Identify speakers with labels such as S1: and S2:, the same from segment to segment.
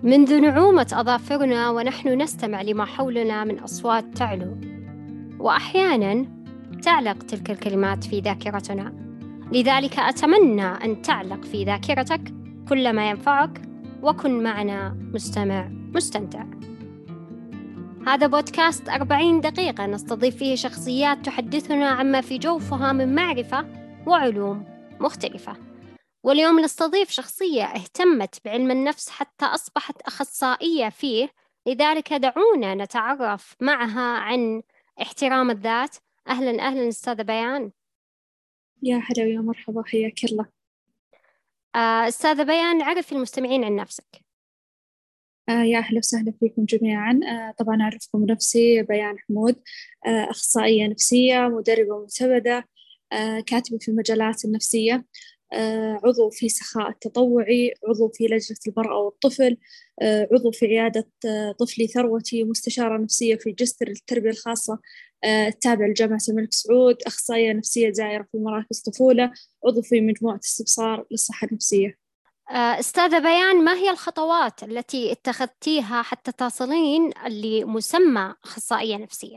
S1: منذ نعومة أظافرنا ونحن نستمع لما حولنا من أصوات تعلو، وأحياناً تعلق تلك الكلمات في ذاكرتنا. لذلك أتمنى أن تعلق في ذاكرتك كل ما ينفعك، وكن معنا مستمع مستمتع. هذا بودكاست 40 دقيقة نستضيف فيه شخصيات تحدثنا عما في جوفها من معرفة وعلوم مختلفة. واليوم نستضيف شخصية اهتمت بعلم النفس حتى أصبحت أخصائية فيه، لذلك دعونا نتعرف معها عن احترام الذات. أهلا أستاذة بيان.
S2: يا هلا ويا مرحبا، حياك الله.
S1: أستاذة بيان، عرف المستمعين عن نفسك.
S2: يا أهلا وسهلا فيكم جميعا. طبعا أعرفكم نفسي بيان حمود، أخصائية نفسية، مدربة معتمدة، كاتبة في المجالات النفسية، عضو في سخاء التطوعي، عضو في لجنة المرأة والطفل، عضو في عيادة طفلي ثروتي، مستشارة نفسية في جستر التربية الخاصة التابع لجامعة الملك سعود، أخصائية نفسية زائرة في مراكز طفولة، عضو في مجموعة استبصار للصحة النفسية.
S1: أستاذة بيان، ما هي الخطوات التي اتخذتيها حتى تصلين لمسمى أخصائية نفسية؟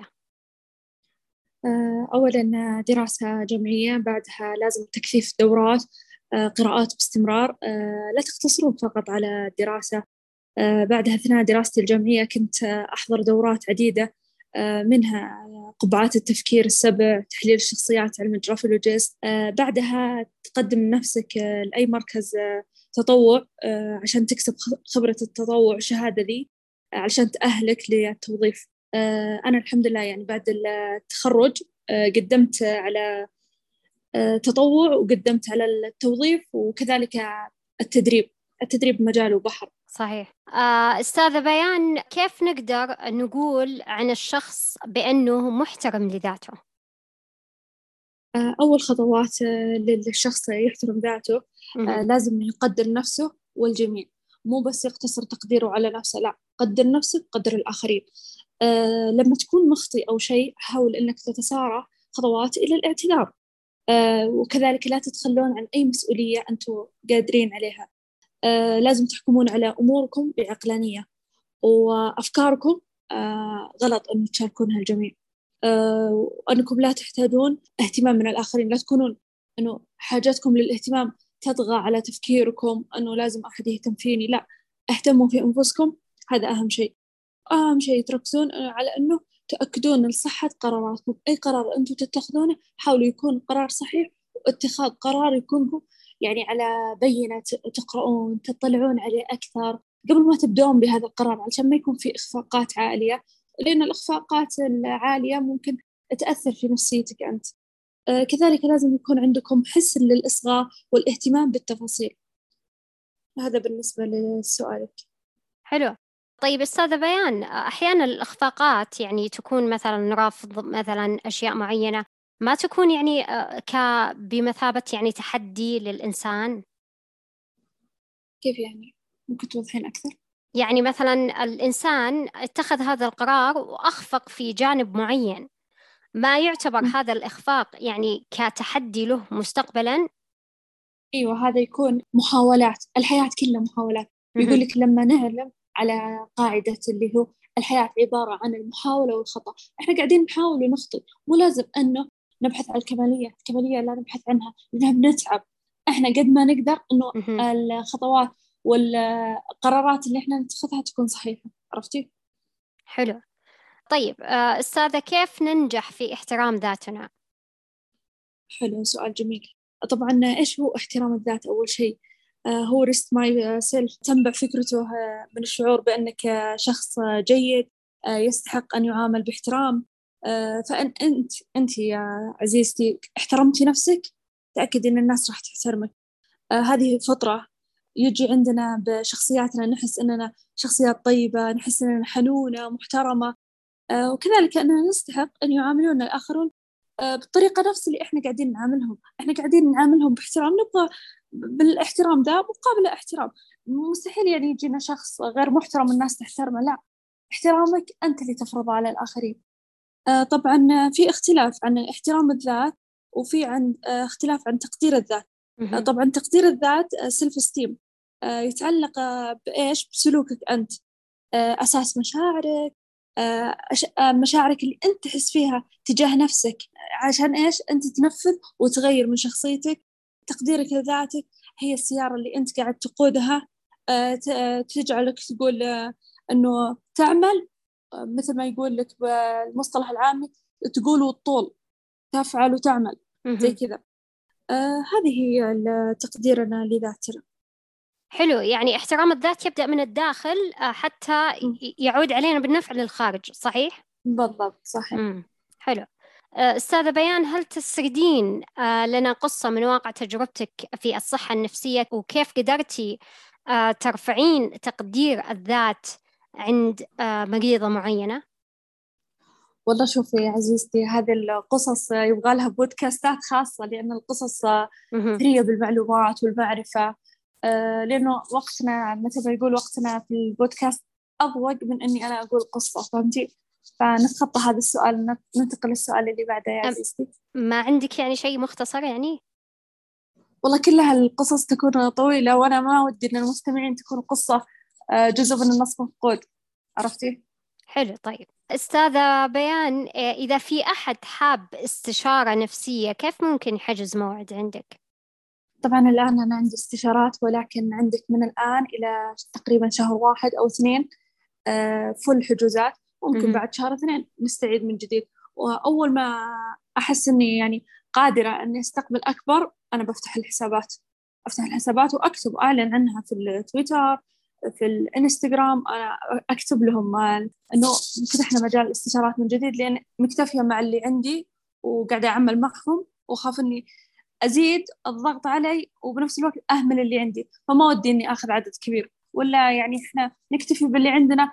S2: أولا دراسة جامعية، بعدها لازم تكثيف دورات، قراءات باستمرار، لا تقتصرون فقط على الدراسة. بعدها أثناء دراستي الجامعية كنت أحضر دورات عديدة، منها قبعات التفكير السبع، تحليل الشخصيات، علم الجرافولوجيست. بعدها تقدم نفسك لأي مركز تطوع عشان تكسب خبرة التطوع، الشهادة ذي عشان تأهلك للتوظيف. أنا الحمد لله يعني بعد التخرج قدمت على تطوع، وقدمت على التوظيف، وكذلك التدريب مجاله بحر.
S1: صحيح. أستاذة بيان، كيف نقدر نقول عن الشخص بأنه محترم لذاته؟
S2: أول خطوات للشخص يحترم ذاته، لازم يقدر نفسه والجميع، مو بس يقتصر تقديره على نفسه، لا، قدر نفسك قدر الآخرين. لما تكون مخطئ أو شيء، حاول أنك تتسارع خطوات إلى الاعتذار. وكذلك لا تتخلون عن أي مسؤولية أنتم قادرين عليها. لازم تحكمون على أموركم بعقلانية، وأفكاركم غلط أن تشاركونها الجميع. وأنكم لا تحتاجون اهتمام من الآخرين، لا تكونون أنه حاجتكم للاهتمام تطغى على تفكيركم، أنه لازم أحد يهتم فيني، لا، اهتموا في أنفسكم، هذا أهم شيء. أهم شيء تركزون على أنه تأكدون من صحة قراراتكم. أي قرار أنتم تتخذونه حاولوا يكون قرار صحيح، واتخاذ قرار يكون يعني على بينة، تقرؤون تطلعون عليه أكثر قبل ما تبدأون بهذا القرار، علشان ما يكون في إخفاقات عالية، لأن الإخفاقات العالية ممكن تأثر في نفسيتك أنت. كذلك لازم يكون عندكم حس للإصغاء والاهتمام بالتفاصيل. هذا بالنسبة لسؤالك.
S1: حلو. طيب أستاذة بيان، أحيانا الإخفاقات يعني تكون مثلا رفض مثلا أشياء معينة، ما تكون يعني بمثابة يعني تحدي للإنسان؟
S2: كيف يعني؟ ممكن توضحين أكثر؟
S1: يعني مثلا الإنسان اتخذ هذا القرار وأخفق في جانب معين، ما يعتبر هذا الإخفاق يعني كتحدي له مستقبلا؟
S2: أيوة، هذا يكون محاولات، الحياة كلها محاولات. يقول لك لما نعلم على قاعدة اللي هو الحياة عبارة عن المحاولة والخطأ، إحنا قاعدين نحاول ونخطئ، مو لازم أنه نبحث عن الكمالية. الكمالية لا نبحث عنها، لأنها بنتعب. إحنا قد ما نقدر أنه الخطوات والقرارات اللي إحنا نتخذها تكون صحيحة. عرفتي؟
S1: حلو. طيب أستاذة، كيف ننجح في احترام ذاتنا؟
S2: حلو، سؤال جميل. طبعا إيش هو احترام الذات؟ أول شيء هو ريست ماي سيلف، تنبع فكرته من الشعور بأنك شخص جيد يستحق أن يعامل باحترام. فأن أنت يا عزيزتي احترمتي نفسك، تأكدي أن الناس راح تحترمك. هذه فطرة يجي عندنا بشخصياتنا، نحس أننا شخصيات طيبة، نحس أننا حنونة محترمة، وكذلك أننا نستحق أن يعاملونا الآخرون بالطريقة نفس اللي إحنا قاعدين نعاملهم. إحنا قاعدين نعاملهم باحترام، نبغى بالاحترام ده مقابل احترام. مستحيل يعني يجينا شخص غير محترم الناس تحترمه، لا، احترامك أنت اللي تفرضه على الآخرين. طبعا في اختلاف عن احترام الذات، وفي عن اختلاف عن تقدير الذات. طبعا تقدير الذات سيلف استيم، يتعلق بإيش؟ بسلوكك أنت، أساس مشاعرك، مشاعرك اللي أنت تحس فيها تجاه نفسك، عشان إيش؟ أنت تنفذ وتغير من شخصيتك. تقديرك لذاتك هي السيارة اللي أنت قاعد تقودها، تجعلك تقول أنه تعمل، مثل ما يقول لك بالمصطلح العامي، تقول والطول، تفعل وتعمل، زي كذا. هذه هي تقديرنا لذاتنا.
S1: حلو، يعني احترام الذات يبدأ من الداخل حتى يعود علينا بالنفع للخارج، صحيح؟
S2: بالضبط، صحيح.
S1: حلو. أستاذة بيان، هل تسردين لنا قصة من واقع تجربتك في الصحة النفسية، وكيف قدرتي ترفعين تقدير الذات عند مريضة معينة؟
S2: والله شوفي يا عزيزتي، هذه القصص يبغى لها بودكاستات خاصة، لأن القصص ثرية بالمعلومات والمعرفة. لأنه وقتنا مثل ما يقول وقتنا في البودكاست أضوق من إني أنا أقول قصة، فهمتي؟ فنتخطى هذا السؤال، ننتقل للسؤال اللي بعده يا عزيزتي.
S1: ما عندك يعني شيء مختصر يعني؟
S2: والله كلها القصص تكون طويلة، وأنا ما ودي إن المستمعين تكون قصة جزء من النص مفقود، عرفتي؟
S1: حلو. طيب أستاذة بيان، إذا في أحد حاب استشارة نفسية كيف ممكن يحجز موعد عندك؟
S2: طبعا الآن أنا عندي استشارات، ولكن عندك من الآن إلى تقريبا شهر 1 أو 2 فل حجوزات. ممكن بعد شهر 2 نستعيد من جديد. وأول ما أحس إني يعني قادرة إني أستقبل أكبر، أنا بفتح الحسابات، أفتح الحسابات وأكتب، أعلن عنها في التويتر، في الإنستغرام. أنا أكتب لهم إنه فتحنا مجال الاستشارات من جديد، لأن مكتفية مع اللي عندي وقاعدة أعمل معهم، وخاف إني أزيد الضغط علي وبنفس الوقت أهمل اللي عندي. فما ودي إني أخذ عدد كبير، ولا يعني إحنا نكتفي باللي عندنا،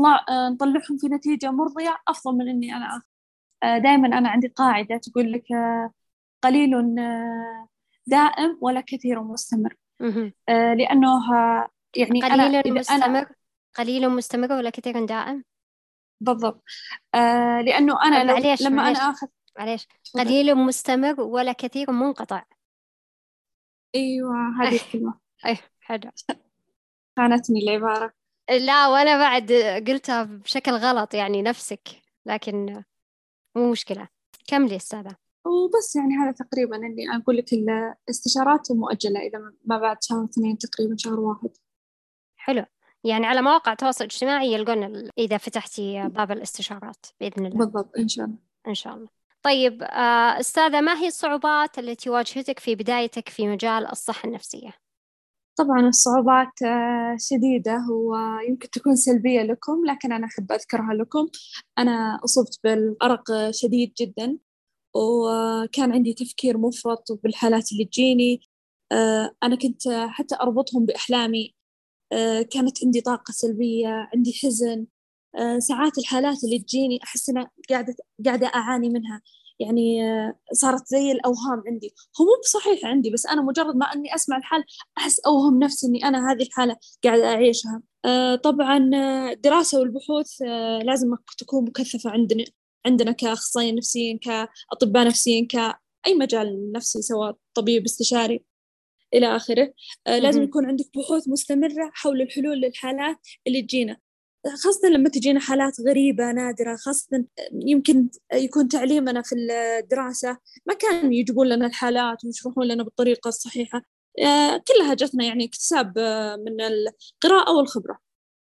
S2: نطلعهم في نتيجة مرضية أفضل من إني أنا أخذ. دائما أنا عندي قاعدة تقول لك قليل دائم ولا كثير مستمر. لأنه يعني أنا
S1: قليل
S2: إذا أنا
S1: مستمر، قليل مستمر ولا كثير دائم؟
S2: بالضبط. لأنه أنا
S1: معليش
S2: لما أنا
S1: معليش
S2: أخذ.
S1: معليش،
S2: تفضل.
S1: قليل مستمر ولا كثير منقطع.
S2: أيوة،
S1: أي
S2: هذه الكلمة
S1: أي حلو.
S2: خانتني العبارة.
S1: لا، وأنا بعد قلتها بشكل غلط يعني نفسك، لكن مو مشكلة، كملي أستاذة.
S2: وبس يعني هذا تقريبا اللي أقول لك. الاستشارات مؤجلة إلى ما بعد شهر 2، تقريبا شهر 1.
S1: حلو، يعني على مواقع التواصل الاجتماعي يلقون إذا فتحتي باب الاستشارات بإذن الله.
S2: بالضبط، إن شاء الله.
S1: إن شاء الله. طيب أستاذة، ما هي الصعوبات التي واجهتك في بدايتك في مجال الصحة النفسية؟
S2: طبعا الصعوبات شديدة، ويمكن تكون سلبية لكم، لكن أنا أحب أذكرها لكم. أنا أصبت بالأرق شديد جدا، وكان عندي تفكير مفرط بالحالات اللي تجيني. أنا كنت حتى أربطهم بأحلامي. كانت عندي طاقة سلبية، عندي حزن. ساعات الحالات اللي تجيني أحس أنا قاعدة أعاني منها. يعني صارت زي الأوهام عندي. هو مو بصحيح عندي، بس أنا مجرد ما أني أسمع الحال أحس أوهم نفسي أني أنا هذه الحالة قاعدة أعيشها. طبعا الدراسة والبحوث لازم تكون مكثفة عندنا كأخصائيين نفسيين، كأطباء نفسيين، كأي مجال نفسي، سواء طبيب، استشاري، إلى آخره. لازم يكون عندك بحوث مستمرة حول الحلول للحالات اللي تجينا، خاصة لما تجينا حالات غريبة نادرة. خاصة يمكن يكون تعليمنا في الدراسة ما كان يجيبون لنا الحالات ويشرحون لنا بالطريقة الصحيحة. كلها جتنا يعني اكتساب من القراءة والخبرة.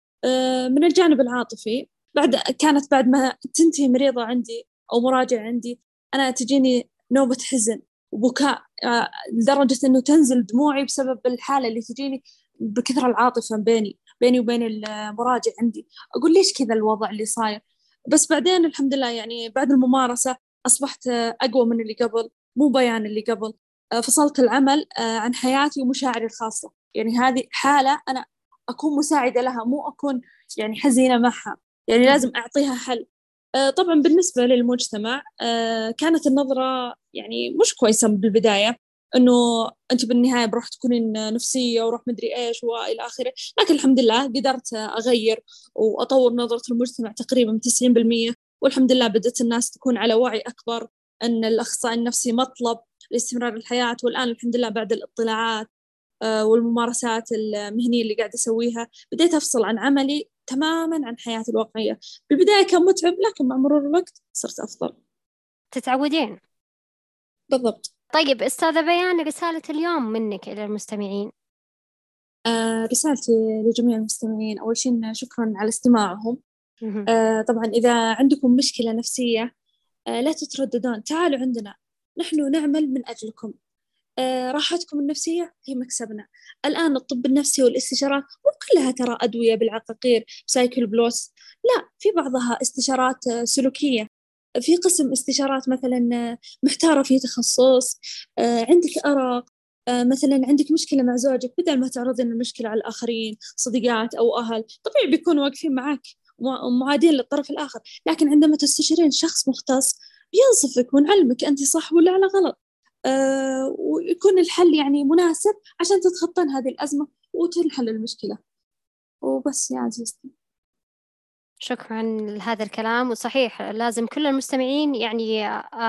S2: من الجانب العاطفي، بعد ما تنتهي مريضة عندي أو مراجع عندي، أنا تجيني نوبة حزن وبكاء، لدرجة إنه تنزل دموعي بسبب الحالة اللي تجيني، بكثرة العاطفة بيني وبين المراجع عندي. أقول ليش كذا الوضع اللي صاير؟ بس بعدين الحمد لله، يعني بعد الممارسة أصبحت أقوى من اللي قبل، مو بيان اللي قبل. فصلت العمل عن حياتي ومشاعري الخاصة. يعني هذه حالة أنا أكون مساعدة لها، مو أكون يعني حزينة معها. يعني لازم أعطيها حل. طبعا بالنسبة للمجتمع كانت النظرة يعني مش كويسة بالبداية، إنه أنت بالنهاية بروح تكونين نفسية وروح مدري إيش وإلى آخره. لكن الحمد لله قدرت أغير وأطور نظرة المجتمع تقريبا 90%. والحمد لله بدأت الناس تكون على وعي أكبر أن الأخصائي النفسي مطلب لاستمرار الحياة. والآن الحمد لله بعد الاطلاعات والممارسات المهنية اللي قاعدة أسويها، بديت أفصل عن عملي تماما عن حياتي الواقعية. بالبداية كان متعب، لكن مع مرور الوقت صرت أفضل.
S1: تتعودين.
S2: بالضبط.
S1: طيب أستاذة بيان، رسالة اليوم منك إلى المستمعين.
S2: رسالتي لجميع المستمعين، أول شيء شكرا على استماعهم.
S1: مهم.
S2: طبعا إذا عندكم مشكلة نفسية لا تترددون، تعالوا عندنا، نحن نعمل من أجلكم. راحتكم النفسية هي مكسبنا. الآن الطب النفسي والاستشارات مو كلها ترى أدوية بالعقاقير سايكل بلوس، لا، في بعضها استشارات سلوكية. في قسم استشارات مثلا محتارة في تخصص، عندك أرق، مثلا عندك مشكلة مع زوجك، بدل ما تعرضين المشكلة على الآخرين صديقات أو أهل، طبيعي بيكونوا واقفين معك معادين للطرف الآخر، لكن عندما تستشيرين شخص مختص بينصفك ونعلمك أنت صح ولا على غلط، ويكون الحل يعني مناسب عشان تتخطين هذه الأزمة وتنحل المشكلة. وبس يا عزيزتي.
S1: شكرا لهذا الكلام. وصحيح لازم كل المستمعين يعني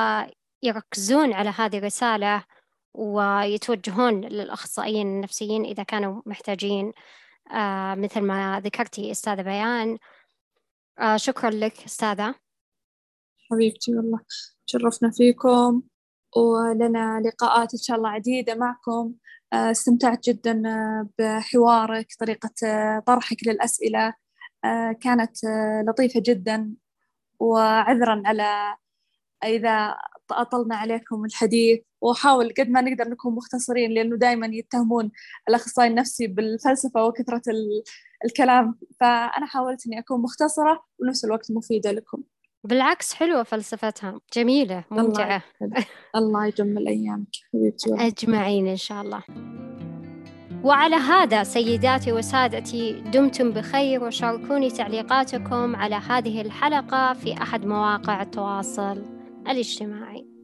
S1: يركزون على هذه الرسالة ويتوجهون للأخصائيين النفسيين إذا كانوا محتاجين، مثل ما ذكرتي أستاذة بيان. شكرا لك أستاذة.
S2: حبيبتي والله شرفنا فيكم، ولنا لقاءات إن شاء الله عديدة معكم. استمتعت جدا بحوارك، طريقة طرحك للأسئلة كانت لطيفة جدا. وعذرا على إذا أطلنا عليكم الحديث، وحاول قد ما نقدر نكون مختصرين، لأنه دائما يتهمون الأخصائي النفسي بالفلسفة وكثرة الكلام، فأنا حاولت أني أكون مختصرة ونفس الوقت مفيدة لكم.
S1: بالعكس، حلوة فلسفتها، جميلة ممتعة.
S2: الله يجمل أيامك حبيبتي.
S1: أجمعين إن شاء الله. وعلى هذا سيداتي وسادتي، دمتم بخير، وشاركوني تعليقاتكم على هذه الحلقة في أحد مواقع التواصل الاجتماعي.